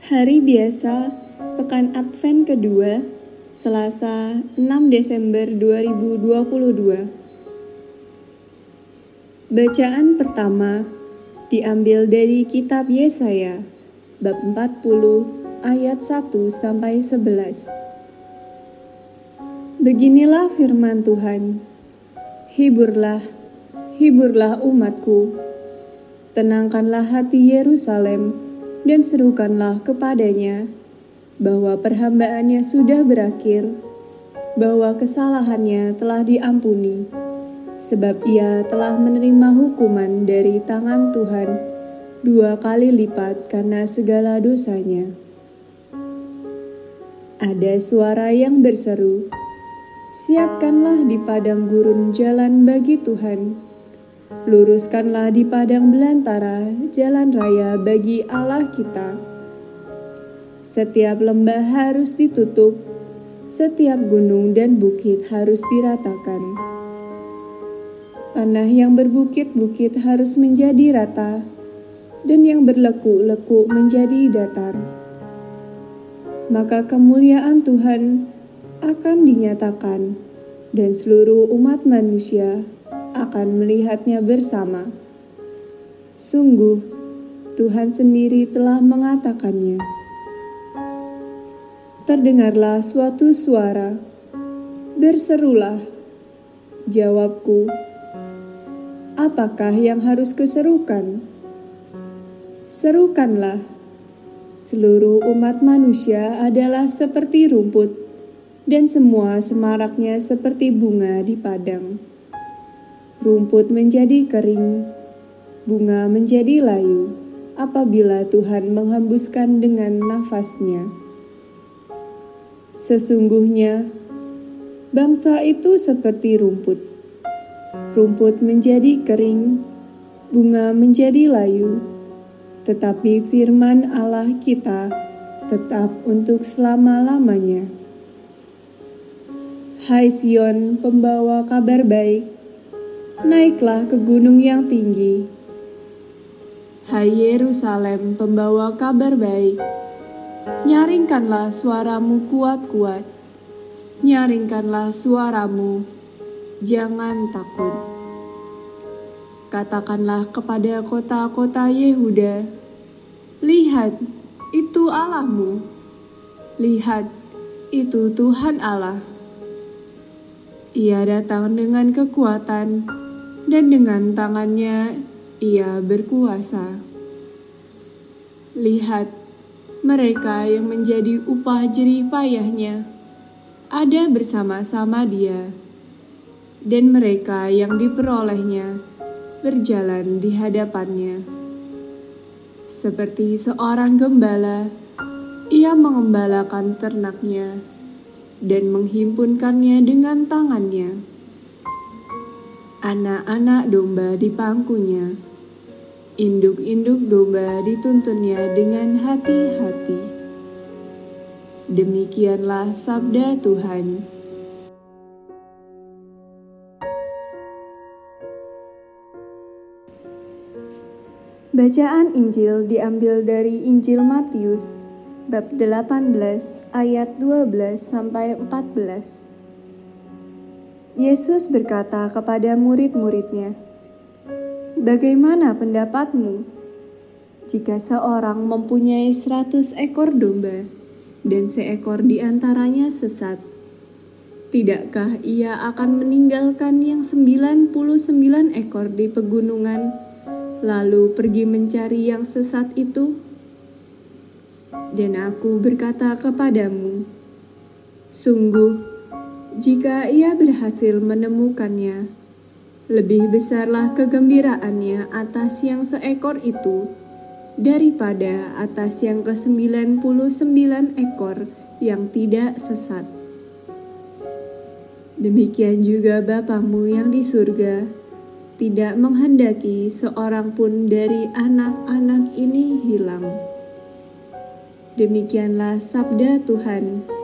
Hari biasa, Pekan Advent kedua, Selasa 6 Desember 2022. Bacaan pertama diambil dari kitab Yesaya, bab 40 ayat 1-11. Beginilah firman Tuhan, hiburlah, hiburlah umatku, tenangkanlah hati Yerusalem, dan serukanlah kepadanya bahwa perhambaannya sudah berakhir, bahwa kesalahannya telah diampuni, sebab ia telah menerima hukuman dari tangan Tuhan 2 kali lipat karena segala dosanya. Ada suara yang berseru, siapkanlah di padang gurun jalan bagi Tuhan. Luruskanlah di padang belantara jalan raya bagi Allah kita. Setiap lembah harus ditutup, setiap gunung dan bukit harus diratakan. Tanah yang berbukit-bukit harus menjadi rata, dan yang berlekuk-lekuk menjadi datar. Maka kemuliaan Tuhan akan dinyatakan, dan seluruh umat manusia akan melihatnya bersama. Sungguh, Tuhan sendiri telah mengatakannya. Terdengarlah suatu suara, berserulah. Jawabku, apakah yang harus kuserukan? Serukanlah. Seluruh umat manusia adalah seperti rumput, dan semua semaraknya seperti bunga di padang. Rumput menjadi kering, bunga menjadi layu, apabila Tuhan menghembuskan dengan nafasnya. Sesungguhnya, bangsa itu seperti rumput. Rumput menjadi kering, bunga menjadi layu, tetapi firman Allah kita tetap untuk selama-lamanya. Hai Sion, pembawa kabar baik, naiklah ke gunung yang tinggi. Hai Yerusalem, pembawa kabar baik, nyaringkanlah suaramu kuat-kuat. Nyaringkanlah suaramu, jangan takut. Katakanlah kepada kota-kota Yehuda, lihat, itu Allahmu. Lihat, itu Tuhan Allah. Ia datang dengan kekuatan, dan dengan tangannya ia berkuasa. Lihat, mereka yang menjadi upah jerih payahnya ada bersama-sama dia, dan mereka yang diperolehnya berjalan di hadapannya. Seperti seorang gembala, ia mengembalakan ternaknya dan menghimpunkannya dengan tangannya. Anak-anak domba di pangkunya, induk-induk domba dituntunnya dengan hati-hati. Demikianlah sabda Tuhan. Bacaan Injil diambil dari Injil Matius, bab 18 ayat 12-14. Yesus berkata kepada murid-muridnya, bagaimana pendapatmu? Jika seorang mempunyai 100 ekor domba, dan seekor di antaranya sesat, tidakkah ia akan meninggalkan yang 99 ekor di pegunungan, lalu pergi mencari yang sesat itu? Dan aku berkata kepadamu, sungguh, jika ia berhasil menemukannya, lebih besarlah kegembiraannya atas yang seekor itu daripada atas yang ke-99 ekor yang tidak sesat. Demikian juga Bapamu yang di surga tidak menghendaki seorang pun dari anak-anak ini hilang. Demikianlah sabda Tuhan.